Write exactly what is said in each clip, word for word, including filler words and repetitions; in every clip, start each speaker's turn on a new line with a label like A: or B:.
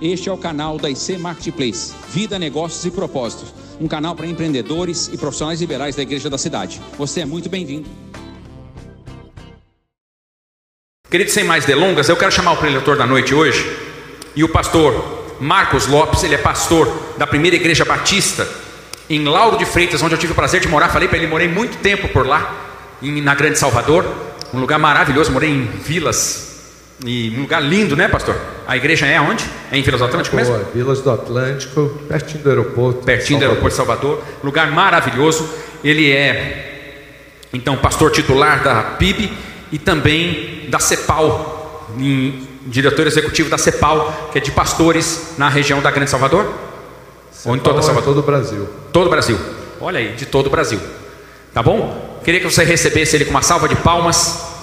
A: Este é o canal da I C Marketplace, Vida, Negócios e Propósitos, um canal para empreendedores e profissionais liberais da igreja da cidade. Você é muito bem-vindo.
B: Queridos, sem mais delongas, eu quero chamar o preletor da noite hoje, e o pastor Marcos Lopes. Ele é pastor da Primeira Igreja Batista em Lauro de Freitas, onde eu tive o prazer de morar. Falei para ele, morei muito tempo por lá, na Grande Salvador, um lugar maravilhoso. Morei em Vilas, e um lugar lindo, né, pastor? A igreja é onde? É em Vilas do Atlântico mesmo?
C: Boa, Vilas do Atlântico, pertinho do aeroporto.
B: Pertinho do aeroporto de Salvador, lugar maravilhoso. Ele é, então, pastor titular da P I B e também da CEPAL, em, diretor executivo da CEPAL, que é de pastores na região da Grande Salvador?
C: CEPAL,
B: ou em toda Salvador?
C: É todo o Brasil.
B: Todo o Brasil. Olha aí, de todo o Brasil. Tá bom? Queria que você recebesse ele com uma salva de palmas.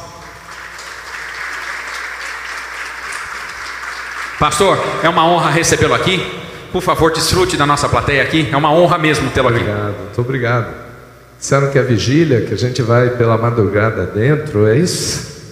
B: Pastor, é uma honra recebê-lo aqui. Por favor, desfrute da nossa plateia aqui. É uma honra mesmo tê-lo aqui.
C: Obrigado, muito obrigado. Disseram que a vigília, que a gente vai pela madrugada dentro, é isso?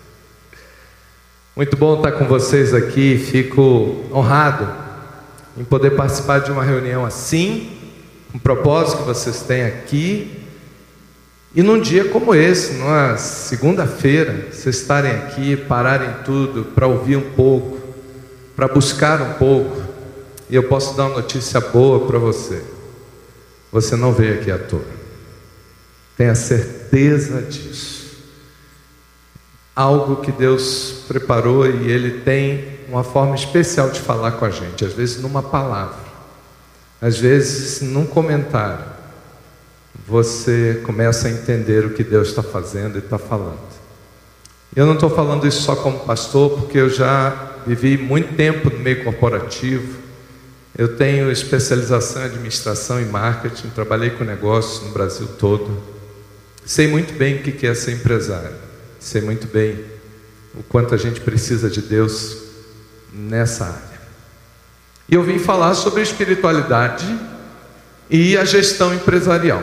C: Muito bom estar com vocês aqui. Fico honrado em poder participar de uma reunião assim, com o propósito que vocês têm aqui. E num dia como esse, numa segunda-feira, vocês estarem aqui, pararem tudo para ouvir um pouco, para buscar um pouco. E eu posso dar uma notícia boa para você: você não veio aqui à toa. Tenha certeza disso. Algo que Deus preparou, e Ele tem uma forma especial de falar com a gente. Às vezes numa palavra, às vezes num comentário, você começa a entender o que Deus está fazendo e está falando. Eu não estou falando isso só como pastor, porque eu já vivi muito tempo no meio corporativo. Eu tenho especialização em administração e marketing, trabalhei com negócios no Brasil todo. Sei muito bem o que é ser empresário. Sei muito bem o quanto a gente precisa de Deus nessa área. E eu vim falar sobre a espiritualidade e a gestão empresarial.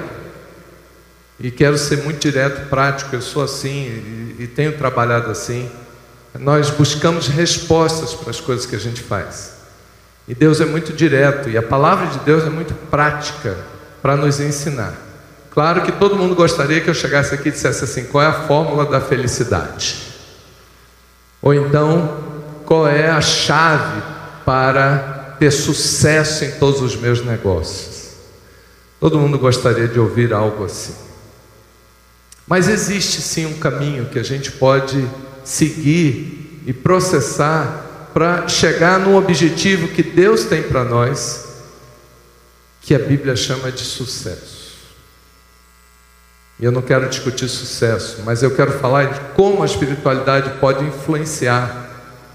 C: E quero ser muito direto, prático. Eu sou assim e, e tenho trabalhado assim. Nós buscamos respostas para as coisas que a gente faz. E Deus é muito direto, e a palavra de Deus é muito prática para nos ensinar. Claro que todo mundo gostaria que eu chegasse aqui e dissesse assim: qual é a fórmula da felicidade? Ou então, qual é a chave para ter sucesso em todos os meus negócios? Todo mundo gostaria de ouvir algo assim. Mas existe sim um caminho que a gente pode seguir e processar para chegar num objetivo que Deus tem para nós, que a Bíblia chama de sucesso. E eu não quero discutir sucesso, mas eu quero falar de como a espiritualidade pode influenciar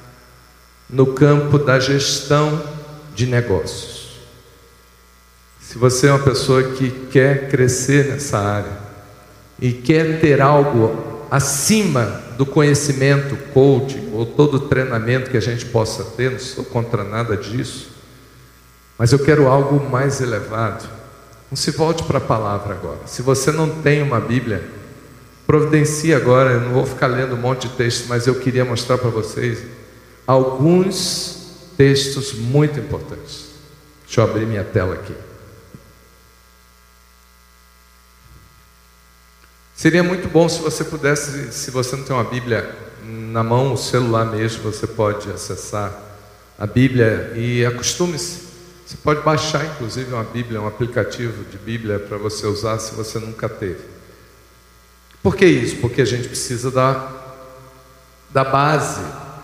C: no campo da gestão de negócios. Se você é uma pessoa que quer crescer nessa área e quer ter algo acima do conhecimento, coaching ou todo o treinamento que a gente possa ter, não sou contra nada disso, mas eu quero algo mais elevado. Não se volte para a palavra agora. Se você não tem uma Bíblia, providencie agora. Eu não vou ficar lendo um monte de textos, mas eu queria mostrar para vocês alguns textos muito importantes. Deixa eu abrir minha tela aqui. Seria muito bom se você pudesse, se você não tem uma Bíblia na mão, o celular mesmo, você pode acessar a Bíblia e acostume-se. Você pode baixar, inclusive, uma Bíblia, um aplicativo de Bíblia para você usar se você nunca teve. Por que isso? Porque a gente precisa da, da base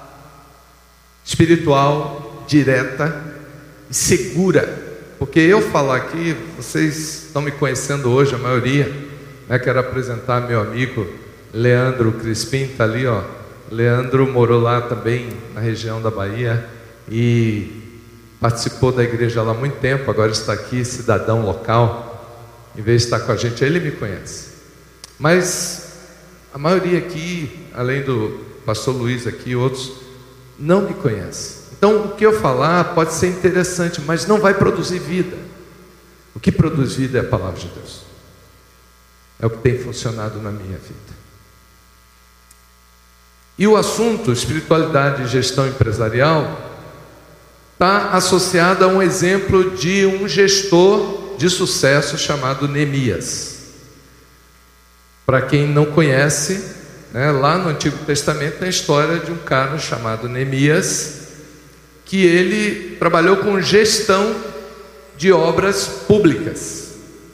C: espiritual, direta e segura. Porque eu falar aqui, vocês estão me conhecendo hoje, a maioria, né? Quero apresentar meu amigo Leandro Crispim, está ali, ó. Leandro morou lá também, na região da Bahia, e participou da igreja lá há muito tempo, agora está aqui, cidadão local. Em vez de estar com a gente, ele me conhece. Mas a maioria aqui, além do pastor Luiz aqui, outros, não me conhece. Então o que eu falar pode ser interessante, mas não vai produzir vida. O que produz vida é a palavra de Deus. É o que tem funcionado na minha vida. E o assunto espiritualidade e gestão empresarial está associada a um exemplo de um gestor de sucesso chamado Neemias. Para quem não conhece, né, lá no Antigo Testamento tem a história de um cara chamado Neemias, que ele trabalhou com gestão de obras públicas.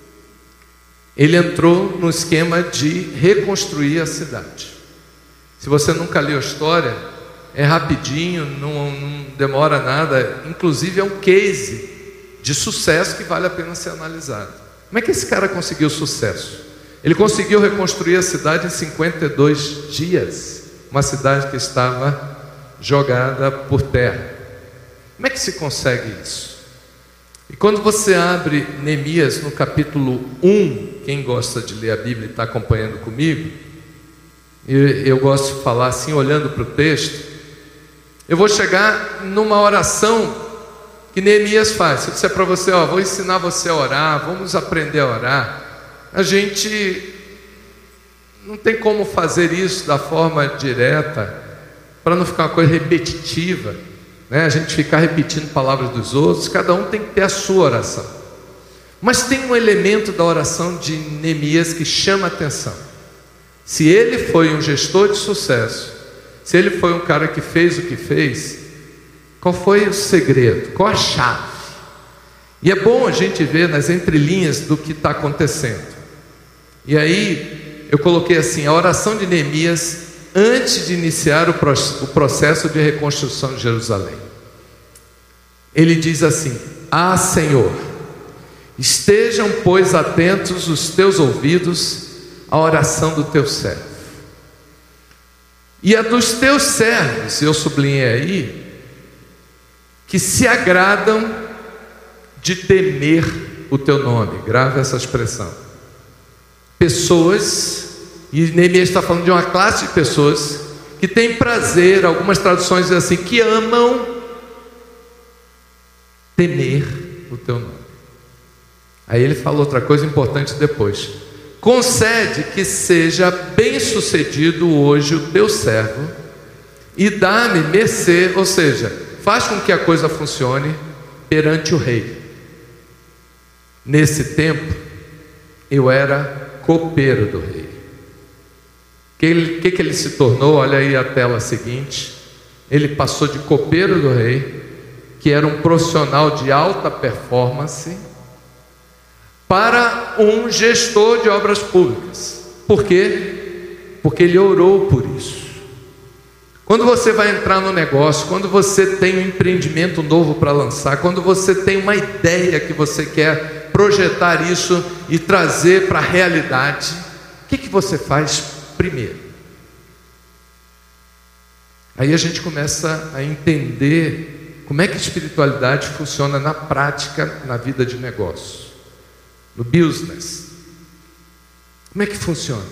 C: Ele entrou no esquema de reconstruir a cidade. Se você nunca leu a história, é rapidinho, não, não demora nada. Inclusive é um case de sucesso que vale a pena ser analisado. Como é que esse cara conseguiu sucesso? Ele conseguiu reconstruir a cidade em cinquenta e dois dias. Uma cidade que estava jogada por terra. Como é que se consegue isso? E quando você abre Neemias no capítulo um, quem gosta de ler a Bíblia e está acompanhando comigo, eu, eu gosto de falar assim, olhando para o texto, eu vou chegar numa oração que Neemias faz. Se eu disser para você, ó, vou ensinar você a orar, vamos aprender a orar, a gente não tem como fazer isso da forma direta, para não ficar uma coisa repetitiva, né? A gente ficar repetindo palavras dos outros. Cada um tem que ter a sua oração. Mas tem um elemento da oração de Neemias que chama a atenção. Se ele foi um gestor de sucesso, se ele foi um cara que fez o que fez, qual foi o segredo? Qual a chave? E é bom a gente ver nas entrelinhas do que está acontecendo. E aí eu coloquei assim, a oração de Neemias antes de iniciar o processo de reconstrução de Jerusalém. Ele diz assim: ah, Senhor, estejam, pois, atentos os teus ouvidos à oração do teu servo e a dos teus servos, eu sublinhei aí, que se agradam de temer o teu nome. Grave essa expressão. Pessoas, e Neemias está falando de uma classe de pessoas que tem prazer, algumas traduções dizem assim, que amam temer o teu nome. Aí ele fala outra coisa importante depois: concede que seja bem sucedido hoje o teu servo e dá-me mercê, ou seja, faz com que a coisa funcione perante o rei. Nesse tempo eu era copeiro do rei. O que, que, que ele se tornou? Olha aí a tela seguinte. Ele passou de copeiro do rei, que era um profissional de alta performance, para um gestor de obras públicas. Por quê? Porque ele orou por isso. Quando você vai entrar no negócio, quando você tem um empreendimento novo para lançar, quando você tem uma ideia que você quer projetar isso e trazer para a realidade, o que, que você faz primeiro? Aí a gente começa a entender como é que a espiritualidade funciona na prática, na vida de negócio, no business. Como é que funciona?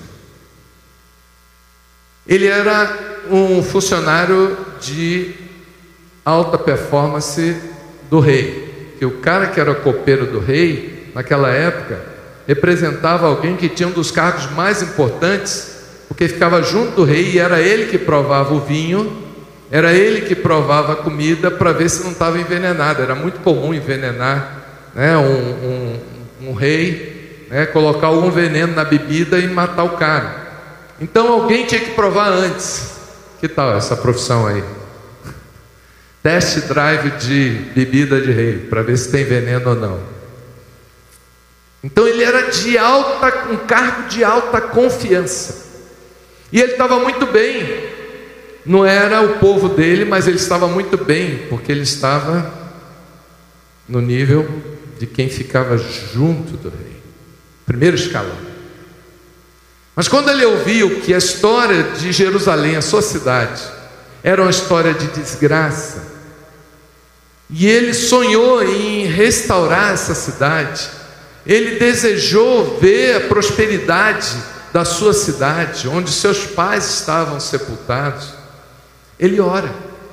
C: Ele era um funcionário de alta performance do rei. Que o cara que era copeiro do rei, naquela época, representava alguém que tinha um dos cargos mais importantes, porque ficava junto do rei e era ele que provava o vinho, era ele que provava a comida para ver se não estava envenenado. Era muito comum envenenar, né, um, um, um rei, né, colocar algum veneno na bebida e matar o cara. Então alguém tinha que provar antes. Que tal essa profissão aí? Test drive de bebida de rei, para ver se tem veneno ou não. Então ele era de alta, um cargo de alta confiança. E ele estava muito bem. Não era o povo dele, mas ele estava muito bem, porque ele estava no nível de quem ficava junto do rei. Primeiro escalão. Mas quando ele ouviu que a história de Jerusalém, a sua cidade, era uma história de desgraça, e ele sonhou em restaurar essa cidade, ele desejou ver a prosperidade da sua cidade, onde seus pais estavam sepultados. Ele ora.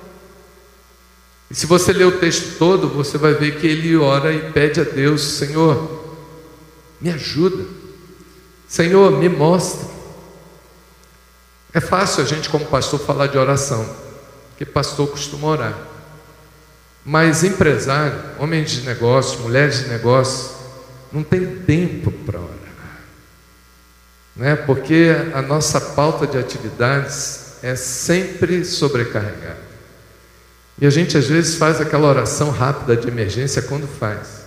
C: E se você ler o texto todo, você vai ver que ele ora e pede a Deus: Senhor, me ajuda, Senhor, me mostra. É fácil a gente como pastor falar de oração, porque pastor costuma orar. Mas empresário, homens de negócio, mulheres de negócio, não tem tempo para orar, né? Porque a nossa pauta de atividades é sempre sobrecarregada. E a gente às vezes faz aquela oração rápida de emergência quando faz.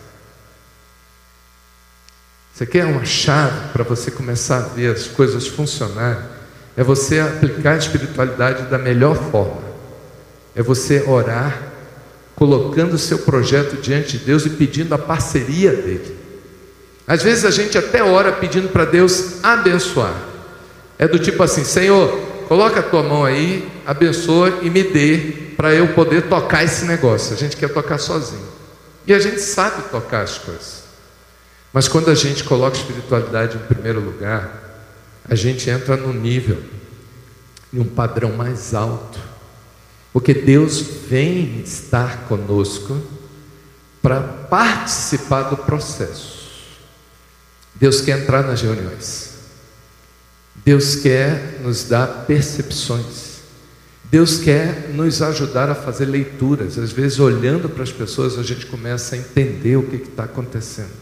C: Você quer uma chave para você começar a ver as coisas funcionarem? É você aplicar a espiritualidade da melhor forma. É você orar, colocando o seu projeto diante de Deus e pedindo a parceria dele. Às vezes a gente até ora pedindo para Deus abençoar. É do tipo assim: Senhor, coloca a tua mão aí, abençoa e me dê para eu poder tocar esse negócio. A gente quer tocar sozinho. E a gente sabe tocar as coisas. Mas quando a gente coloca a espiritualidade em primeiro lugar, a gente entra num nível, em um padrão mais alto. Porque Deus vem estar conosco para participar do processo. Deus quer entrar nas reuniões. Deus quer nos dar percepções. Deus quer nos ajudar a fazer leituras. Às vezes, olhando para as pessoas, a gente começa a entender o que está acontecendo.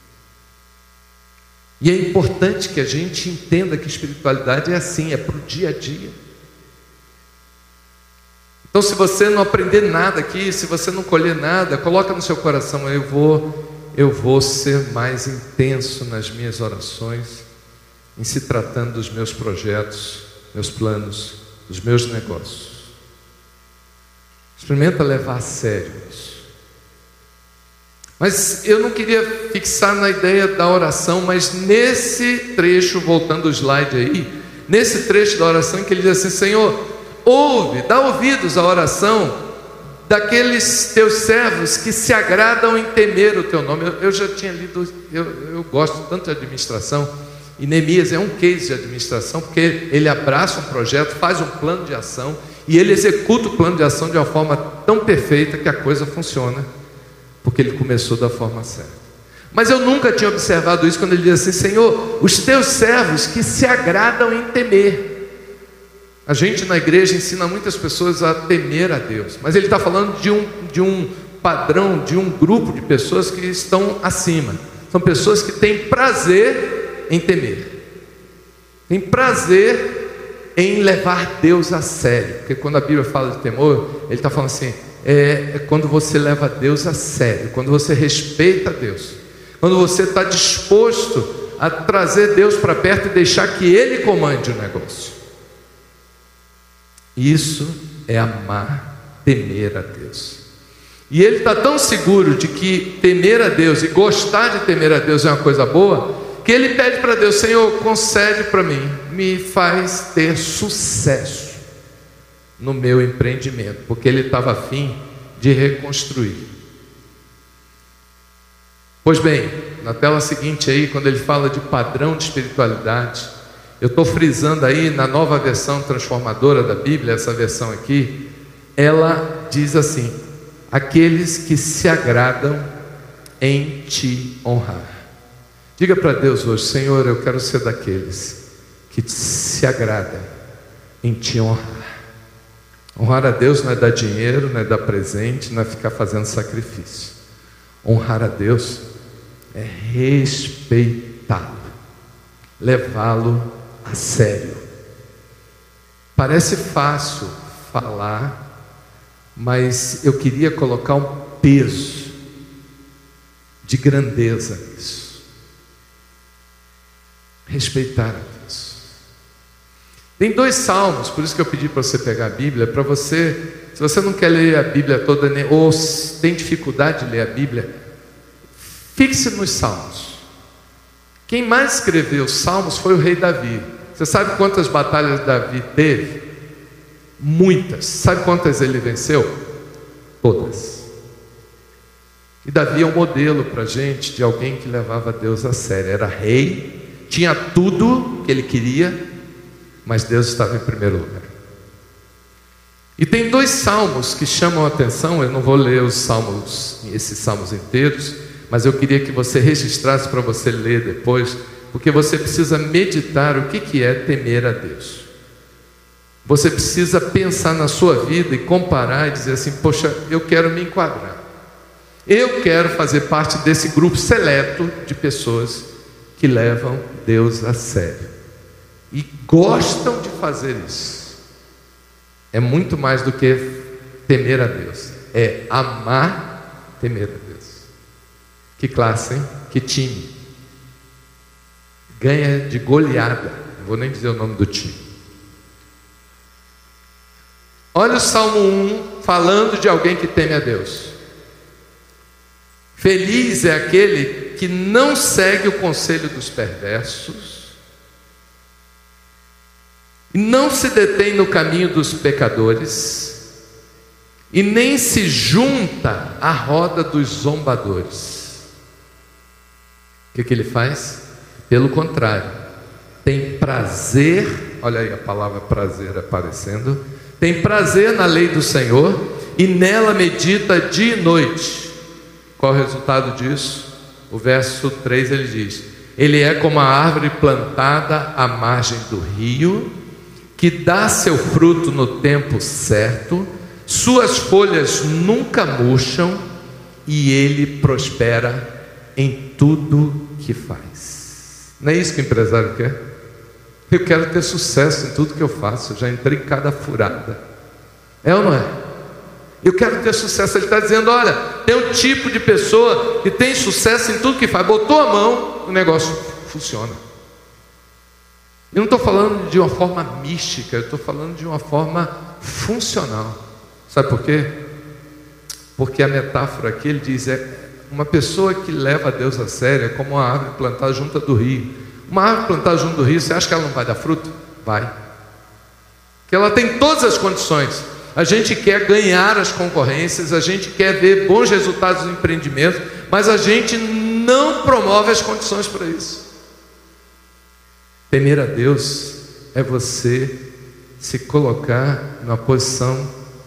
C: E é importante que a gente entenda que espiritualidade é assim, é para o dia a dia. Então, se você não aprender nada aqui, se você não colher nada, coloca no seu coração: eu vou, eu vou ser mais intenso nas minhas orações, em se tratando dos meus projetos, meus planos, dos meus negócios. Experimenta levar a sério isso. Mas eu não queria fixar na ideia da oração, mas nesse trecho, voltando o slide aí, nesse trecho da oração que ele diz assim: Senhor, ouve, dá ouvidos à oração daqueles teus servos que se agradam em temer o teu nome. Eu, eu já tinha lido, eu, eu gosto tanto de administração, e Neemias é um case de administração, porque ele abraça um projeto, faz um plano de ação, e ele executa o plano de ação de uma forma tão perfeita que a coisa funciona, porque ele começou da forma certa. Mas eu nunca tinha observado isso quando ele diz assim: Senhor, os teus servos que se agradam em temer. A gente na igreja ensina muitas pessoas a temer a Deus, mas ele está falando de um, de um padrão, de um grupo de pessoas que estão acima. São pessoas que têm prazer em temer, tem prazer em levar Deus a sério. Porque quando a Bíblia fala de temor, ele está falando assim: é, é quando você leva Deus a sério, quando você respeita Deus, quando você está disposto a trazer Deus para perto e deixar que Ele comande o negócio. Isso é amar, temer a Deus. E ele está tão seguro de que temer a Deus e gostar de temer a Deus é uma coisa boa, que ele pede para Deus: Senhor, concede para mim, me faz ter sucesso no meu empreendimento, porque ele estava a fim de reconstruir. Pois bem, na tela seguinte aí, quando ele fala de padrão de espiritualidade, eu estou frisando aí na nova versão transformadora da Bíblia, essa versão aqui, ela diz assim: aqueles que se agradam em te honrar. Diga para Deus hoje: Senhor, eu quero ser daqueles que se agradam em te honrar. Honrar a Deus não é dar dinheiro, não é dar presente, não é ficar fazendo sacrifício. Honrar a Deus é respeitá-lo, levá-lo a sério. Parece fácil falar, mas eu queria colocar um peso de grandeza nisso. Respeitar a Deus. Tem dois salmos, por isso que eu pedi para você pegar a Bíblia, para você, se você não quer ler a Bíblia toda, ou tem dificuldade de ler a Bíblia, fixe nos salmos. Quem mais escreveu os salmos foi o rei Davi. Você sabe quantas batalhas Davi teve? Muitas. Sabe quantas ele venceu? Todas. E Davi é um modelo para a gente de alguém que levava Deus a sério. Era rei, tinha tudo que ele queria, mas Deus estava em primeiro lugar. E tem dois salmos que chamam a atenção. Eu não vou ler os salmos, esses salmos inteiros, mas eu queria que você registrasse para você ler depois, porque você precisa meditar o que que é temer a Deus. Você precisa pensar na sua vida e comparar e dizer assim: poxa, eu quero me enquadrar. Eu quero fazer parte desse grupo seleto de pessoas que levam Deus a sério e gostam de fazer isso. É muito mais do que temer a Deus, é amar, temer a Deus. Que classe, hein? Que time. Ganha de goleada. Não vou nem dizer o nome do time. Olha o Salmo um falando de alguém que teme a Deus. Feliz é aquele que não segue o conselho dos perversos e não se detém no caminho dos pecadores e nem se junta à roda dos zombadores. O que, que ele faz? Pelo contrário, tem prazer, olha aí a palavra prazer aparecendo, tem prazer na lei do Senhor e nela medita dia e noite. Qual o resultado disso? O verso três ele diz: ele é como a árvore plantada à margem do rio, que dá seu fruto no tempo certo, suas folhas nunca murcham e ele prospera em tudo que faz. Não é isso que o empresário quer? Eu quero ter sucesso em tudo que eu faço. Eu já entrei em cada furada. É ou não é? Eu quero ter sucesso. Ele está dizendo: olha, tem um tipo de pessoa que tem sucesso em tudo que faz. Botou a mão, o negócio funciona. Eu não estou falando de uma forma mística, eu estou falando de uma forma funcional. Sabe por quê? Porque a metáfora aqui ele diz: é uma pessoa que leva a Deus a sério é como uma árvore plantada junto do rio. Uma árvore plantada junto do rio, você acha que ela não vai dar fruto? Vai. Que ela tem todas as condições. A gente quer ganhar as concorrências, a gente quer ver bons resultados no empreendimento, mas a gente não promove as condições para isso. Temer a Deus é você se colocar numa posição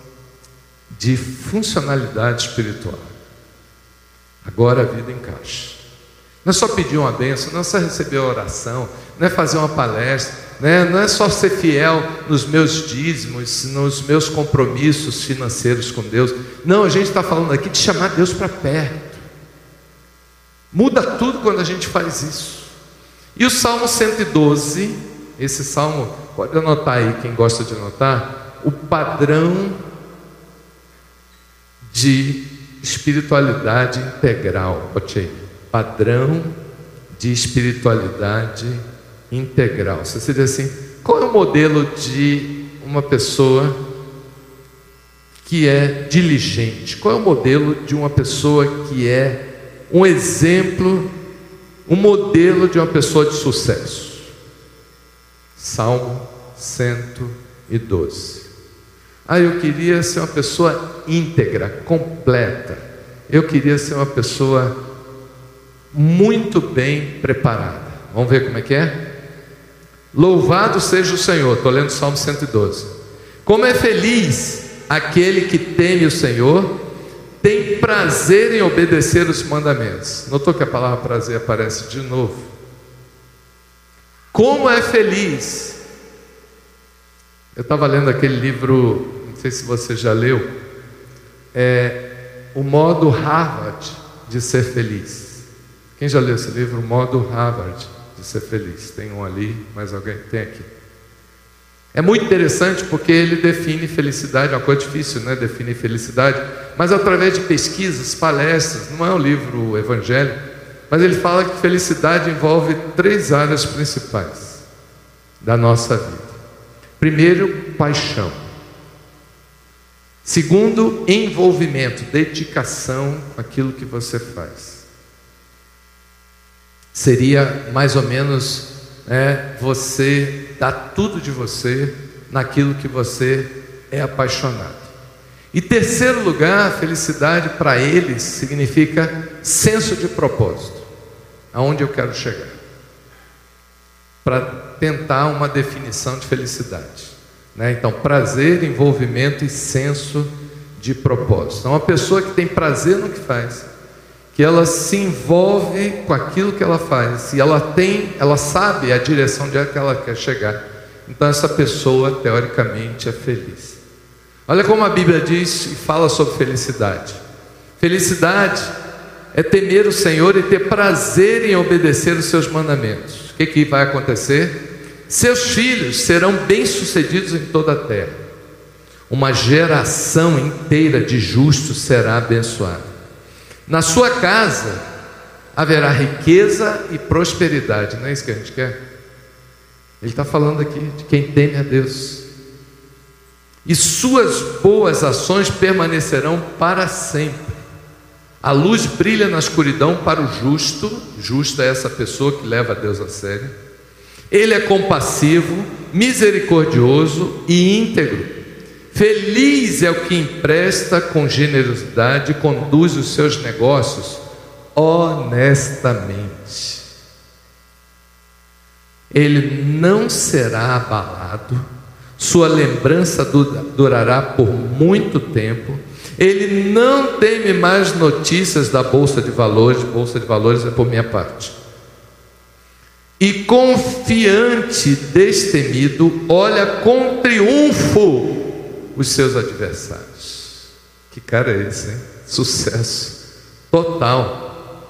C: de funcionalidade espiritual. Agora a vida encaixa. Não é só pedir uma bênção, não é só receber a oração, não é fazer uma palestra, né? Não é só ser fiel nos meus dízimos, nos meus compromissos financeiros com Deus. Não, a gente está falando aqui de chamar Deus para perto. Muda tudo quando a gente faz isso. E o Salmo cento e doze, esse salmo, pode anotar aí, quem gosta de anotar, o padrão de espiritualidade integral. Bote aí. Padrão de espiritualidade integral. Você diz assim: qual é o modelo de uma pessoa que é diligente? Qual é o modelo de uma pessoa que é um exemplo, um modelo de uma pessoa de sucesso? Salmo cento e doze. Ah, eu queria ser uma pessoa íntegra, completa. Eu queria ser uma pessoa muito bem preparada. Vamos ver como é que é? Louvado seja o Senhor. Estou lendo o Salmo cento e doze. Como é feliz aquele que teme o Senhor, tem prazer em obedecer os mandamentos. Notou que a palavra prazer aparece de novo? Como é feliz. Eu estava lendo aquele livro, não sei se você já leu, é O Modo Harvard de Ser Feliz. Quem já leu esse livro? O Modo Harvard de Ser Feliz. Tem um ali, mais alguém tem aqui. É muito interessante porque ele define felicidade. É uma coisa difícil, né? Definir felicidade, mas através de pesquisas, palestras. Não é um livro evangélico, mas ele fala que felicidade envolve três áreas principais da nossa vida. Primeiro, paixão. Segundo, envolvimento, dedicação àquilo que você faz. Seria mais ou menos é, você dar tudo de você naquilo que você é apaixonado. E terceiro lugar, felicidade para eles significa senso de propósito. Aonde eu quero chegar? Para tentar uma definição de felicidade, né? Então, prazer, envolvimento e senso de propósito. Então, uma pessoa que tem prazer no que faz, que ela se envolve com aquilo que ela faz, e ela tem, ela sabe a direção de onde ela quer chegar, então essa pessoa teoricamente é feliz. Olha como a Bíblia diz e fala sobre felicidade. Felicidade é temer o Senhor e ter prazer em obedecer os seus mandamentos. O que, que vai acontecer? Seus filhos serão bem-sucedidos em toda a terra. Uma geração inteira de justos será abençoada. Na sua casa haverá riqueza e prosperidade. Não é isso que a gente quer? Ele está falando aqui de quem teme a Deus. E suas boas ações permanecerão para sempre. A luz brilha na escuridão para o justo. Justo é essa pessoa que leva a Deus a sério. Ele é compassivo, misericordioso e íntegro. Feliz é o que empresta com generosidade e conduz os seus negócios honestamente. Ele não será abalado, sua lembrança durará por muito tempo. Ele não teme mais notícias da Bolsa de Valores. Bolsa de Valores é por minha parte. E confiante, destemido, olha com triunfo os seus adversários. Que cara é esse, hein? Sucesso total.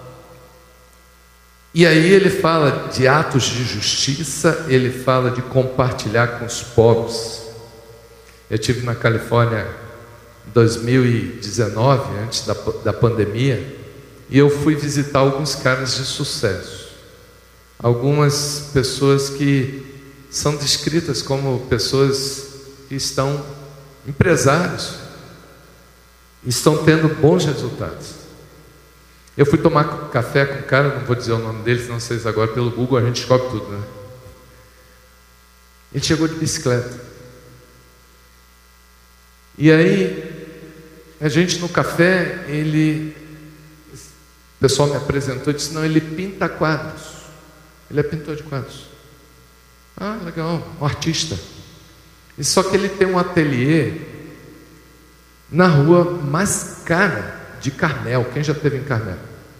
C: E aí ele fala de atos de justiça, ele fala de compartilhar com os pobres. Eu estive na Califórnia em dois mil e dezenove, antes da, da pandemia, e eu fui visitar alguns caras de sucesso. Algumas pessoas que são descritas como pessoas que estão empresários, estão tendo bons resultados. Eu fui tomar café com um cara, não vou dizer o nome dele, senão vocês agora pelo Google a gente descobre tudo, né? Ele chegou de bicicleta. E aí, a gente no café, ele, o pessoal me apresentou e disse, não, ele pinta quadros. Ele é pintor de quadros. Ah, legal, um artista. E só que ele tem um ateliê na rua mais cara de Carmel. Quem já esteve em Carmel?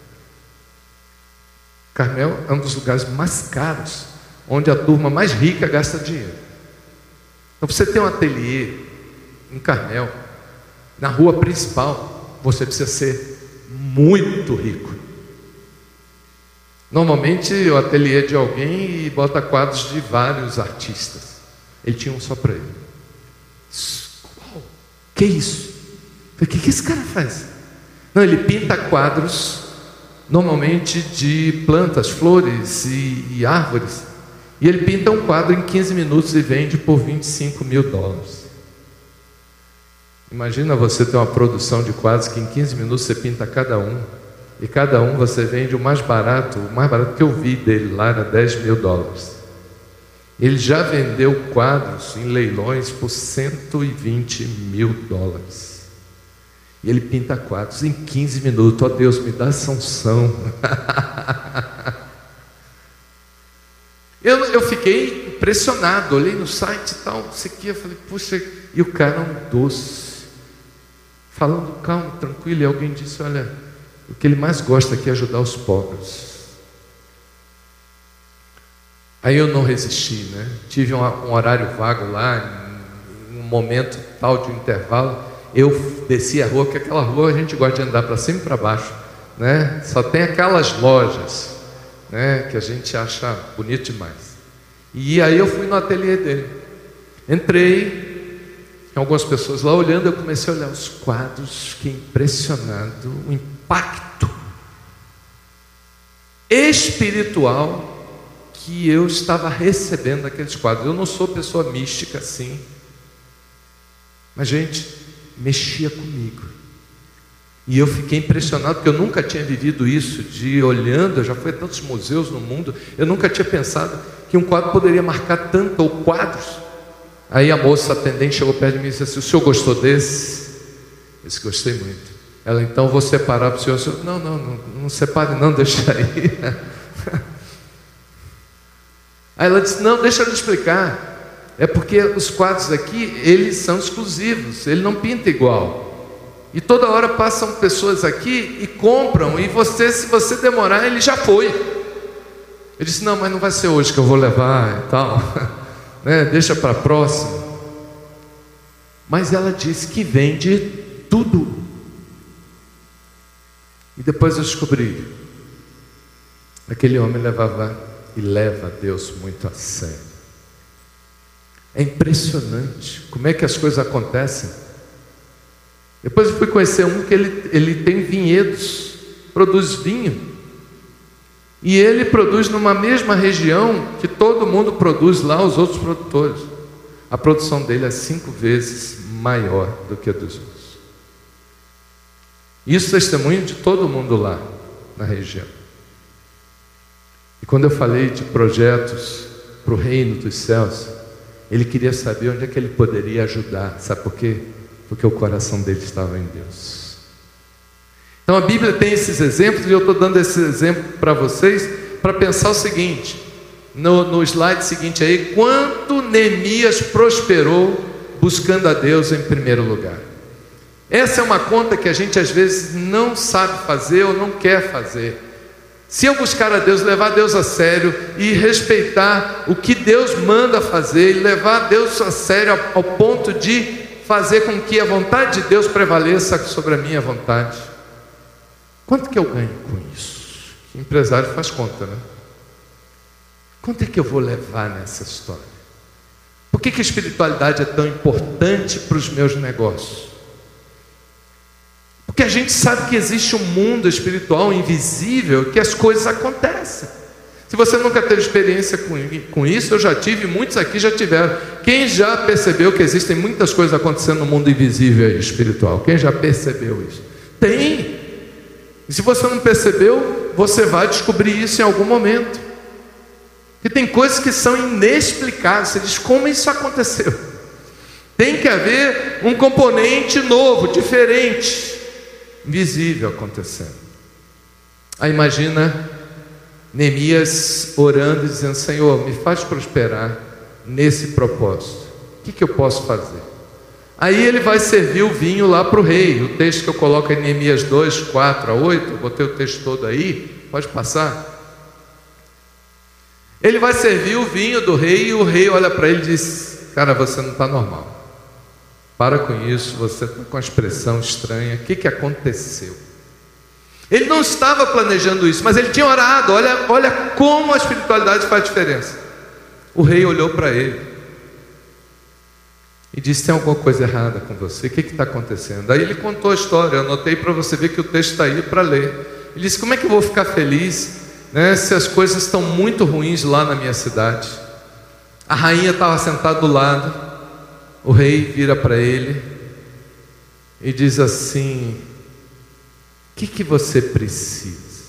C: Carmel é um dos lugares mais caros, onde a turma mais rica gasta dinheiro. Então, você tem um ateliê em Carmel, na rua principal, você precisa ser muito rico. Normalmente o ateliê de alguém e bota quadros de vários artistas. Ele tinha um só para ele. Uau, que isso? O que, que esse cara faz? Não, ele pinta quadros, normalmente de plantas, flores e, e árvores. E ele pinta um quadro em quinze minutos e vende por vinte e cinco mil dólares. Imagina você ter uma produção de quadros que em quinze minutos você pinta cada um. E cada um você vende o mais barato. O mais barato que eu vi dele lá era dez mil dólares. Ele já vendeu quadros em leilões por cento e vinte mil dólares. E ele pinta quadros em quinze minutos. Ó oh, Deus, me dá essa unção. eu, eu fiquei impressionado. Olhei no site e tal, isso aqui, eu falei, puxa, e o cara é um doce. Falando calmo, tranquilo, e alguém disse, olha, o que ele mais gosta aqui é ajudar os pobres. Aí eu não resisti, né? Tive um, um horário vago lá, em um momento tal de um intervalo, eu desci a rua, porque aquela rua a gente gosta de andar para cima e para baixo, né? Só tem aquelas lojas, né, que a gente acha bonito demais. E aí eu fui no ateliê dele. Entrei, tinha algumas pessoas lá olhando, eu comecei a olhar os quadros, fiquei impressionado, o impacto espiritual que eu estava recebendo naqueles quadros. Eu não sou pessoa mística assim, mas gente, mexia comigo. E eu fiquei impressionado, porque eu nunca tinha vivido isso, de olhando, eu já fui a tantos museus no mundo, eu nunca tinha pensado que um quadro poderia marcar tanto, ou quadros. Aí a moça atendente chegou perto de mim e disse assim, o senhor gostou desse? Eu disse, gostei muito. Ela, então vou separar para o senhor. O senhor, não, não, não, não separe não, deixa aí. Aí ela disse, não, deixa eu lhe explicar. É porque os quadros aqui, eles são exclusivos, ele não pinta igual. E toda hora passam pessoas aqui e compram, e você, se você demorar, ele já foi. Eu disse, não, mas não vai ser hoje que eu vou levar e tal. né? Deixa para a próxima. Mas ela disse que vende tudo. E depois eu descobri, aquele homem levava e leva Deus muito a sério. É impressionante como é que as coisas acontecem. Depois eu fui conhecer um que ele, ele tem vinhedos, produz vinho. E ele produz numa mesma região que todo mundo produz lá, os outros produtores. A produção dele é cinco vezes maior do que a dos outros. Isso é testemunho de todo mundo lá na região. E quando eu falei de projetos para o reino dos céus, ele queria saber onde é que ele poderia ajudar. Sabe por quê? Porque o coração dele estava em Deus. Então a Bíblia tem esses exemplos, e eu estou dando esse exemplo para vocês, para pensar o seguinte, no, no slide seguinte aí, quanto Neemias prosperou buscando a Deus em primeiro lugar. Essa é uma conta que a gente às vezes não sabe fazer ou não quer fazer. Se eu buscar a Deus, levar Deus a sério e respeitar o que Deus manda fazer, e levar Deus a sério ao, ao ponto de fazer com que a vontade de Deus prevaleça sobre a minha vontade, quanto que eu ganho com isso? O empresário faz conta, né? Quanto é que eu vou levar nessa história? Por que que a espiritualidade é tão importante para os meus negócios? Porque a gente sabe que existe um mundo espiritual invisível, que as coisas acontecem. Se você nunca teve experiência com, com isso, eu já tive, muitos aqui já tiveram. Quem já percebeu que existem muitas coisas acontecendo no mundo invisível e espiritual? Quem já percebeu isso? Tem! E se você não percebeu, você vai descobrir isso em algum momento. Porque tem coisas que são inexplicáveis. Você diz, como isso aconteceu? Tem que haver um componente novo, diferente, visível acontecendo. Aí imagina Neemias orando e dizendo, Senhor, me faz prosperar nesse propósito. O que, que eu posso fazer? Aí ele vai servir o vinho lá para o rei. O texto que eu coloco em Neemias dois, quatro a oito, eu botei o texto todo aí, pode passar. Ele vai servir o vinho do rei, e o rei olha para ele e diz, cara, você não está normal. Para com isso, você está com uma expressão estranha. O que, que aconteceu? Ele não estava planejando isso, mas ele tinha orado. Olha, olha como a espiritualidade faz diferença. O rei olhou para ele e disse, tem alguma coisa errada com você? O que está acontecendo? Aí ele contou a história. Eu anotei para você ver que o texto está aí para ler. Ele disse, como é que eu vou ficar feliz, né, se as coisas estão muito ruins lá na minha cidade? A rainha estava sentada do lado. O rei vira para ele e diz assim, o que, que você precisa?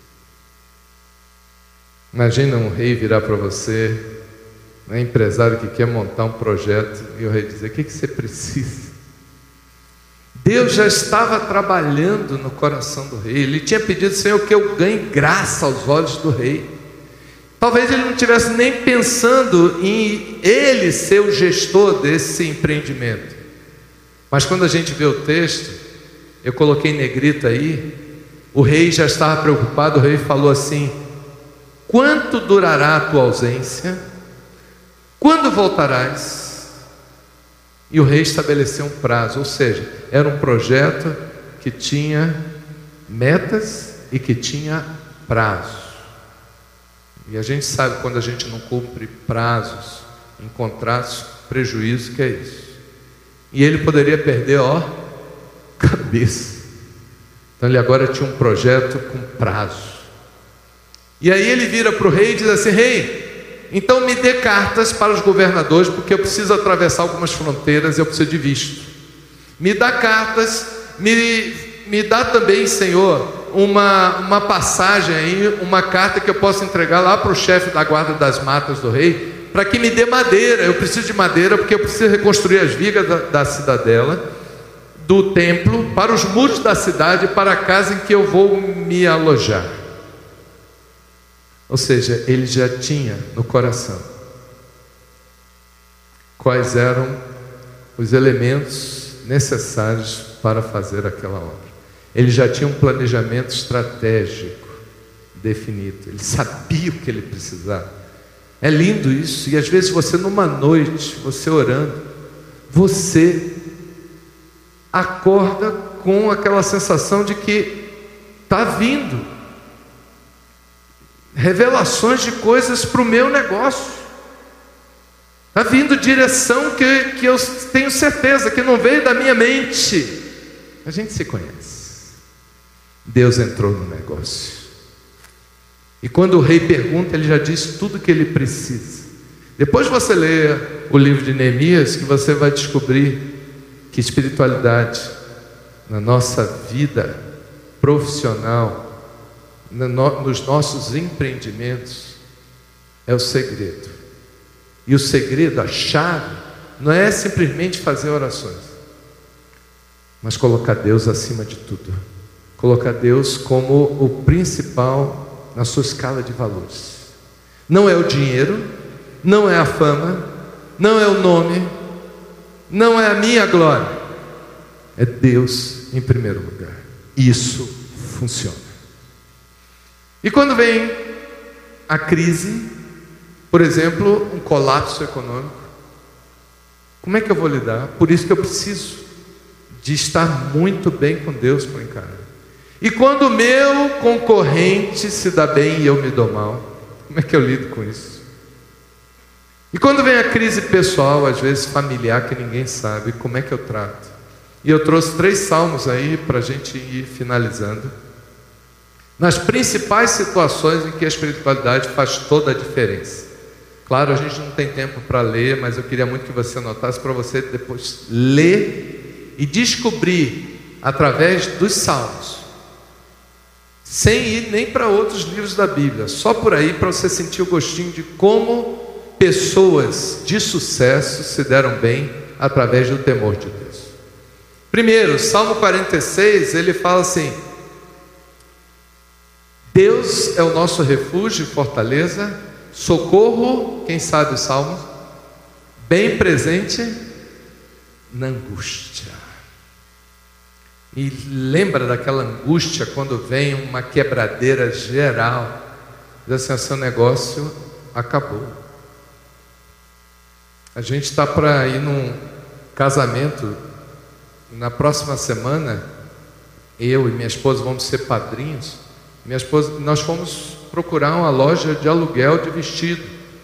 C: Imagina um rei virar para você, um empresário que quer montar um projeto, e o rei dizer, o que, que você precisa? Deus já estava trabalhando no coração do rei. Ele tinha pedido, Senhor, que eu ganhe graça aos olhos do rei. Talvez ele não estivesse nem pensando em ele ser o gestor desse empreendimento. Mas quando a gente vê o texto, eu coloquei em negrito aí, o rei já estava preocupado. O rei falou assim, quanto durará a tua ausência? Quando voltarás? E o rei estabeleceu um prazo, ou seja, era um projeto que tinha metas e que tinha prazos. E a gente sabe, quando a gente não cumpre prazos em contratos, prejuízo que é isso. E ele poderia perder, ó, cabeça. Então ele agora tinha um projeto com prazo. E aí ele vira para o rei e diz assim, rei, então me dê cartas para os governadores, porque eu preciso atravessar algumas fronteiras e eu preciso de visto. Me dá cartas, me, me dá também, Senhor, Uma, uma passagem aí, uma carta que eu possa entregar lá para o chefe da guarda das matas do rei, para que me dê madeira. Eu preciso de madeira porque eu preciso reconstruir as vigas da, da cidadela, do templo, para os muros da cidade, para a casa em que eu vou me alojar. Ou seja, ele já tinha no coração quais eram os elementos necessários para fazer aquela obra. Ele já tinha um planejamento estratégico definido. Ele sabia o que ele precisava. É lindo isso. E às vezes você numa noite, você orando, você acorda com aquela sensação de que está vindo revelações de coisas para o meu negócio. Está vindo direção que, que eu tenho certeza que não veio da minha mente. A gente se conhece. Deus entrou no negócio. E quando o rei pergunta, ele já diz tudo o que ele precisa. Depois você lê o livro de Neemias, que você vai descobrir que espiritualidade na nossa vida profissional, nos nossos empreendimentos, é o segredo. E o segredo, a chave, não é simplesmente fazer orações, mas colocar Deus acima de tudo. Colocar Deus como o principal na sua escala de valores. Não é o dinheiro, não é a fama, não é o nome, não é a minha glória. É Deus em primeiro lugar. Isso funciona. E quando vem a crise, por exemplo, um colapso econômico, como é que eu vou lidar? Por isso que eu preciso de estar muito bem com Deus para encarar. E quando o meu concorrente se dá bem e eu me dou mal, como é que eu lido com isso? E quando vem a crise pessoal, às vezes familiar, que ninguém sabe, como é que eu trato? E eu trouxe três salmos aí para a gente ir finalizando, nas principais situações em que a espiritualidade faz toda a diferença. Claro, a gente não tem tempo para ler, mas eu queria muito que você anotasse para você depois ler e descobrir através dos salmos, sem ir nem para outros livros da Bíblia, só por aí, para você sentir o gostinho de como pessoas de sucesso se deram bem através do temor de Deus. Primeiro, Salmo quarenta e seis, ele fala assim: Deus é o nosso refúgio e fortaleza, socorro, quem sabe o Salmo, bem presente na angústia. E lembra daquela angústia quando vem uma quebradeira geral, diz assim: seu negócio acabou. A gente está para ir num casamento na próxima semana. Eu e minha esposa vamos ser padrinhos. Minha esposa, nós fomos procurar uma loja de aluguel de vestido.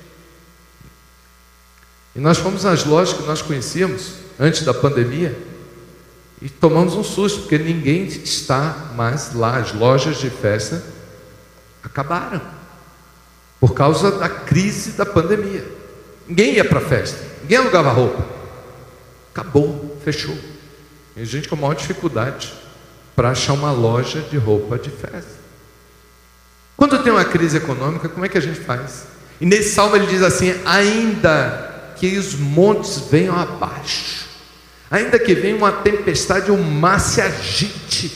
C: E nós fomos nas lojas que nós conhecíamos antes da pandemia e tomamos um susto, porque ninguém está mais lá. As lojas de festa acabaram por causa da crise da pandemia. Ninguém ia para a festa, ninguém alugava roupa. Acabou, fechou. E a gente com a maior dificuldade para achar uma loja de roupa de festa. Quando tem uma crise econômica, como é que a gente faz? E nesse salmo ele diz assim: ainda que os montes venham abaixo, ainda que venha uma tempestade, o mar se agite.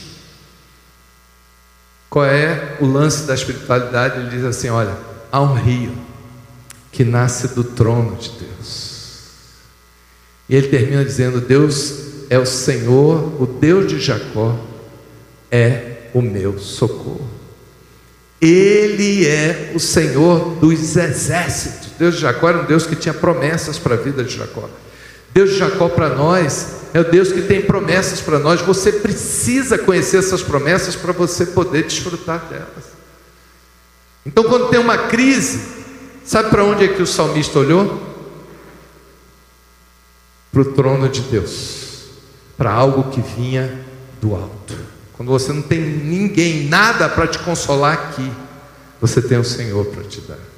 C: Qual é o lance da espiritualidade? Ele diz assim: olha, há um rio que nasce do trono de Deus. E ele termina dizendo: Deus é o Senhor, o Deus de Jacó é o meu socorro. Ele é o Senhor dos exércitos. Deus de Jacó era um Deus que tinha promessas para a vida de Jacó. Deus de Jacó para nós é o Deus que tem promessas para nós. Você precisa conhecer essas promessas para você poder desfrutar delas. Então, quando tem uma crise, sabe para onde é que o salmista olhou? Para o trono de Deus, para algo que vinha do alto. Quando você não tem ninguém, nada para te consolar aqui, você tem o Senhor para te dar.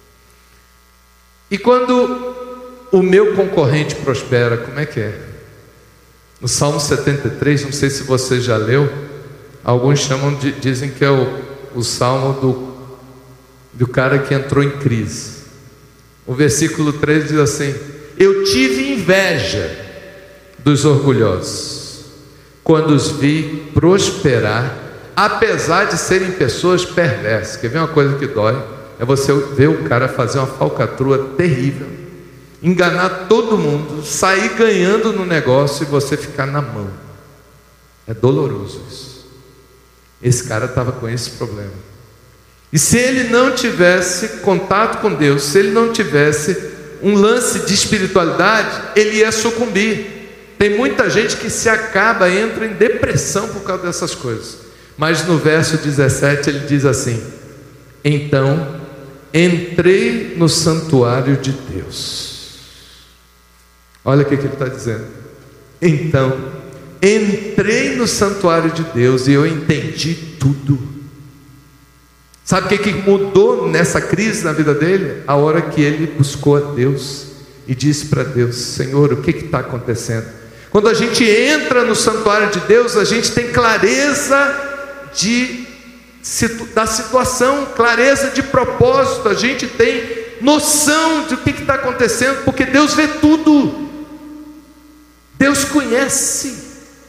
C: E quando o meu concorrente prospera, como é que é? No Salmo setenta e três, não sei se você já leu, alguns chamam de, dizem que é o, o salmo do, do cara que entrou em crise. O versículo três diz assim: eu tive inveja dos orgulhosos quando os vi prosperar, apesar de serem pessoas perversas. Quer ver uma coisa que dói? É você ver o cara fazer uma falcatrua terrível, enganar todo mundo, sair ganhando no negócio e você ficar na mão. É doloroso isso. Esse cara estava com esse problema. E se ele não tivesse contato com Deus, se ele não tivesse um lance de espiritualidade, ele ia sucumbir. Tem muita gente que se acaba, entra em depressão por causa dessas coisas. Mas no verso dezessete ele diz assim: então entrei no santuário de Deus. Olha o que, que ele está dizendo. Então entrei no santuário de Deus e eu entendi tudo. Sabe o que, que mudou nessa crise na vida dele? A hora que ele buscou a Deus e disse para Deus: Senhor, o que está acontecendo? Quando a gente entra no santuário de Deus, a gente tem clareza de, da situação, clareza de propósito, a gente tem noção de o que está acontecendo, porque Deus vê tudo, Deus conhece,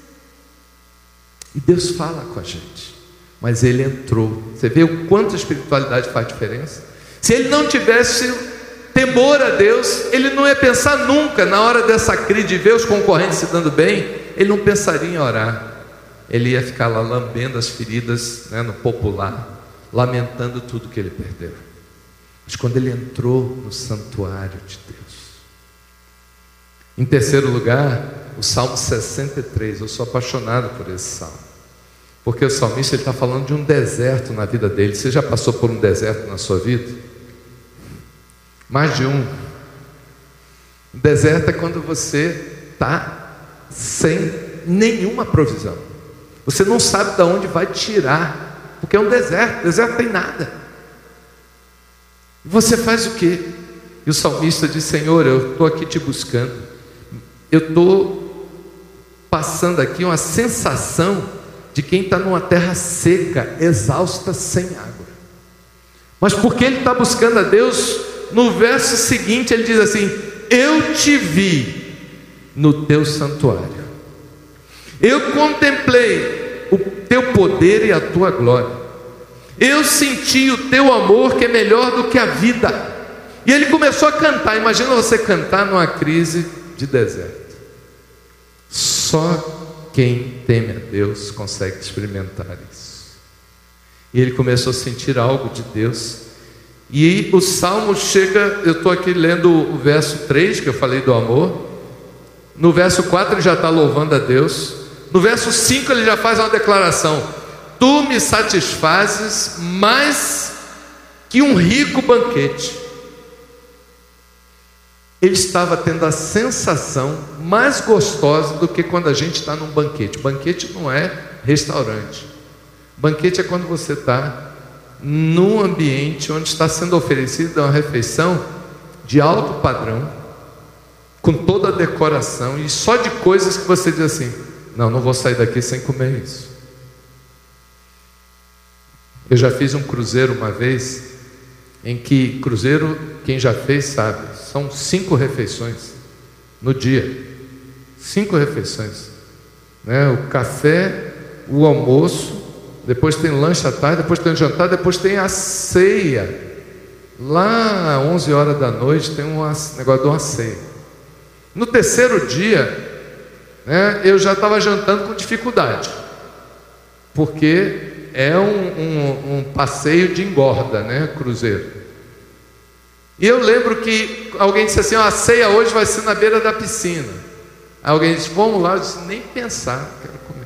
C: e Deus fala com a gente. Mas ele entrou. Você vê o quanto a espiritualidade faz diferença? Se ele não tivesse temor a Deus, ele não ia pensar nunca, na hora dessa crise, de ver os concorrentes se dando bem, ele não pensaria em orar. Ele ia ficar lá lambendo as feridas, né, no popular, lamentando tudo que ele perdeu. Mas quando ele entrou no santuário de Deus. Em terceiro lugar, o Salmo sessenta e três. Eu sou apaixonado por esse salmo, porque o salmista está falando de um deserto na vida dele. Você já passou por um deserto na sua vida? Mais de um. O deserto é quando você está sem nenhuma provisão. Você não sabe de onde vai tirar, porque é um deserto. O deserto não tem nada. E você faz o quê? E o salmista diz: Senhor, eu estou aqui te buscando. Eu estou passando aqui uma sensação de quem está numa terra seca, exausta, sem água. Mas porque ele está buscando a Deus, no verso seguinte ele diz assim: eu te vi no teu santuário, eu contemplei o teu poder e a tua glória, eu senti o teu amor, que é melhor do que a vida. E ele começou a cantar. Imagina você cantar numa crise de deserto. Só quem teme a Deus consegue experimentar isso. E ele começou a sentir algo de Deus. E o salmo chega, eu estou aqui lendo o verso três, que eu falei do amor. No verso quatro ele já está louvando a Deus. No verso cinco ele já faz uma declaração: tu me satisfazes mais que um rico banquete. Ele estava tendo a sensação mais gostosa do que quando a gente está num banquete. Banquete não é restaurante. Banquete é quando você está num ambiente onde está sendo oferecida uma refeição de alto padrão, com toda a decoração, e só de coisas que você diz assim: não, não vou sair daqui sem comer isso. Eu já fiz um cruzeiro uma vez, em que, cruzeiro, quem já fez sabe, são cinco refeições no dia. Cinco refeições, né? O café, o almoço, depois tem lanche à tarde, depois tem o jantar, depois tem a ceia. Lá às onze horas da noite tem um negócio de uma ceia. No terceiro dia, né, eu já estava jantando com dificuldade, porque é um, um, um passeio de engorda, né, cruzeiro. E eu lembro que alguém disse assim: ó, a ceia hoje vai ser na beira da piscina. Aí alguém disse: vamos lá. Eu disse: nem pensar, quero comer.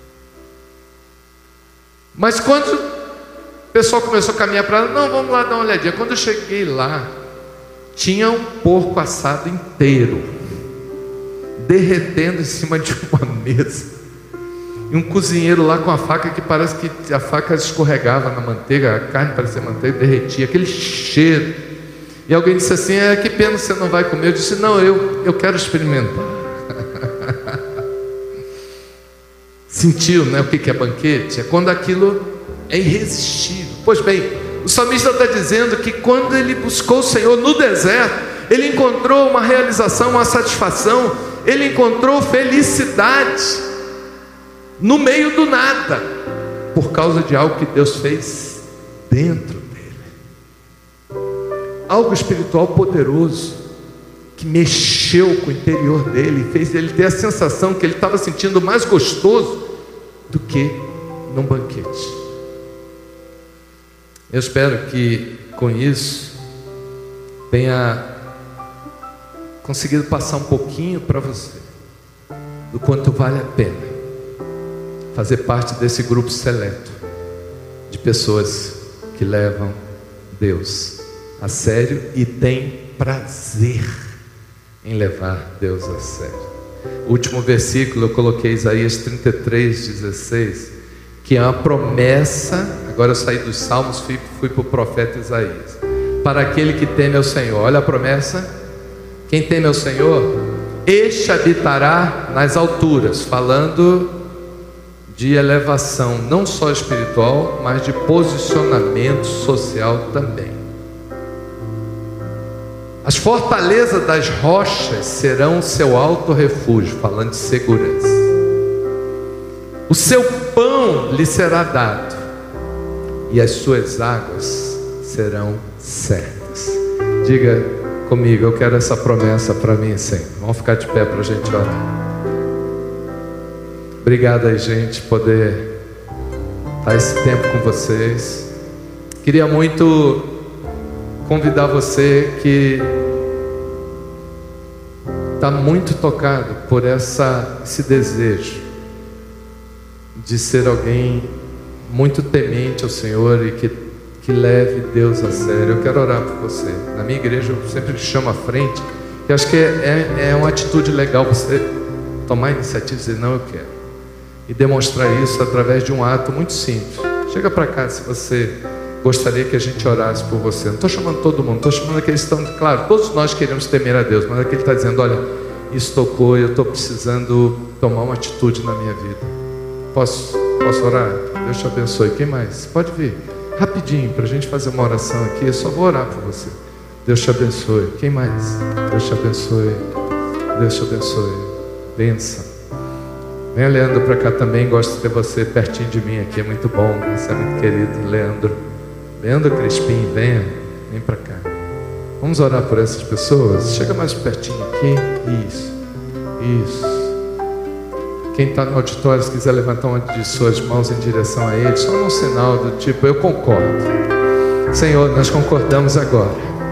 C: Mas quando o pessoal começou a caminhar para lá, não, vamos lá dar uma olhadinha. Quando eu cheguei lá, tinha um porco assado inteiro, derretendo em cima de uma mesa. E um cozinheiro lá com a faca, que parece que a faca escorregava na manteiga, a carne parecia manteiga, derretia, aquele cheiro. E alguém disse assim: é, que pena você não vai comer. Eu disse: não, eu, eu quero experimentar. Sentiu, né, o que é banquete? É quando aquilo é irresistível. Pois bem, o salmista está dizendo que quando ele buscou o Senhor no deserto, ele encontrou uma realização, uma satisfação, ele encontrou felicidade no meio do nada, por causa de algo que Deus fez dentro dele, algo espiritual poderoso, que mexeu com o interior dele, fez ele ter a sensação que ele estava sentindo mais gostoso do que num banquete. Eu espero que com isso tenha conseguido passar um pouquinho para você do quanto vale a pena fazer parte desse grupo seleto de pessoas que levam Deus a sério e têm prazer em levar Deus a sério. O último versículo eu coloquei Isaías trinta e três, dezesseis, que é uma promessa. Agora eu saí dos Salmos, fui, fui para o profeta Isaías. Para aquele que teme ao Senhor. Olha a promessa. Quem teme ao Senhor, este habitará nas alturas, falando de elevação, não só espiritual, mas de posicionamento social também. As fortalezas das rochas serão seu alto refúgio, falando de segurança. O seu pão lhe será dado, e as suas águas serão certas. Diga comigo, eu quero essa promessa para mim, Senhor. Vamos ficar de pé para a gente orar. Obrigado aí, gente, poder estar esse tempo com vocês. Queria muito convidar você que está muito tocado por essa, esse desejo de ser alguém muito temente ao Senhor e que, que leve Deus a sério. Eu quero orar por você. Na minha igreja eu sempre chamo à frente, que acho que é, é, é uma atitude legal você tomar a iniciativa e dizer, não, eu quero. E demonstrar isso através de um ato muito simples. Chega para cá se você gostaria que a gente orasse por você. Não estou chamando todo mundo, estou chamando aqueles que estão... Claro, todos nós queremos temer a Deus, mas aquele está dizendo, olha, isso tocou, eu estou precisando tomar uma atitude na minha vida. Posso, posso orar? Deus te abençoe. Quem mais? Pode vir. Rapidinho, para a gente fazer uma oração aqui. Eu só vou orar por você. Deus te abençoe. Quem mais? Deus te abençoe. Deus te abençoe. Benção. Venha, Leandro, para cá também. Gosto de ter você pertinho de mim aqui. É muito bom. Você é muito querido, Leandro. Leandro Crispim, venha. Vem para cá. Vamos orar por essas pessoas? Chega mais pertinho aqui. Isso. Isso. Quem está no auditório, se quiser levantar uma de suas mãos em direção a ele, só um sinal do tipo, eu concordo. Senhor, nós concordamos agora.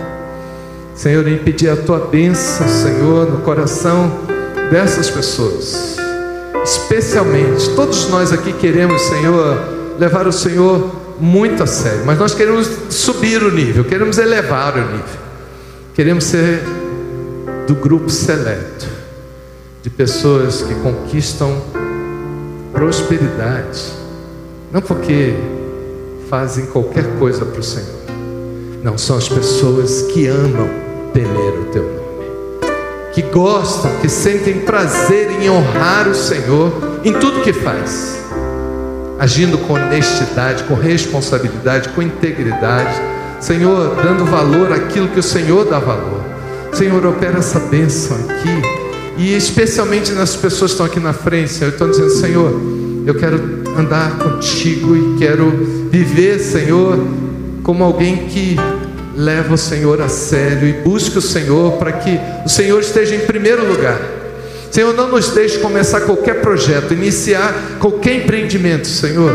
C: Senhor, em pedir a tua bênção, Senhor, no coração dessas pessoas. Especialmente, todos nós aqui queremos, Senhor, levar o Senhor muito a sério. Mas nós queremos subir o nível, queremos elevar o nível. Queremos ser do grupo seleto de pessoas que conquistam prosperidade, não porque fazem qualquer coisa para o Senhor. Não, são as pessoas que amam temer o teu nome, que gostam, que sentem prazer em honrar o Senhor em tudo que faz, agindo com honestidade, com responsabilidade, com integridade. Senhor, dando valor àquilo que o Senhor dá valor. Senhor, opera essa bênção aqui. E especialmente nas pessoas que estão aqui na frente, Senhor, estão dizendo, Senhor, eu quero andar contigo e quero viver, Senhor, como alguém que leva o Senhor a sério e busca o Senhor para que o Senhor esteja em primeiro lugar. Senhor, não nos deixe começar qualquer projeto, iniciar qualquer empreendimento, Senhor,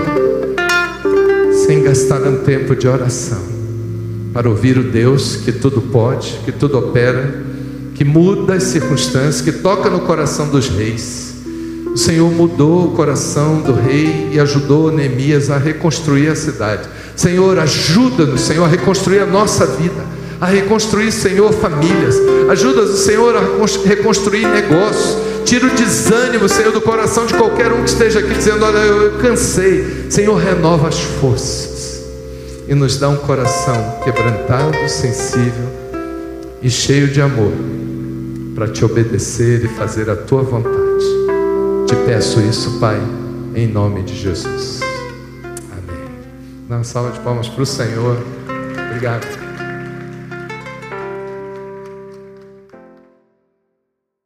C: sem gastar um tempo de oração, para ouvir o Deus que tudo pode, que tudo opera, que muda as circunstâncias, que toca no coração dos reis. O Senhor mudou o coração do rei e ajudou Neemias a reconstruir a cidade. Senhor, ajuda-nos, Senhor, a reconstruir a nossa vida, a reconstruir, Senhor, famílias. Ajuda-nos, Senhor, a reconstruir negócios. Tira o desânimo, Senhor, do coração de qualquer um que esteja aqui dizendo, olha, eu cansei. Senhor, renova as forças e nos dá um coração quebrantado, sensível e cheio de amor, para te obedecer e fazer a tua vontade. Te peço isso, Pai, em nome de Jesus. Amém. Dá uma salva de palmas para o Senhor. Obrigado.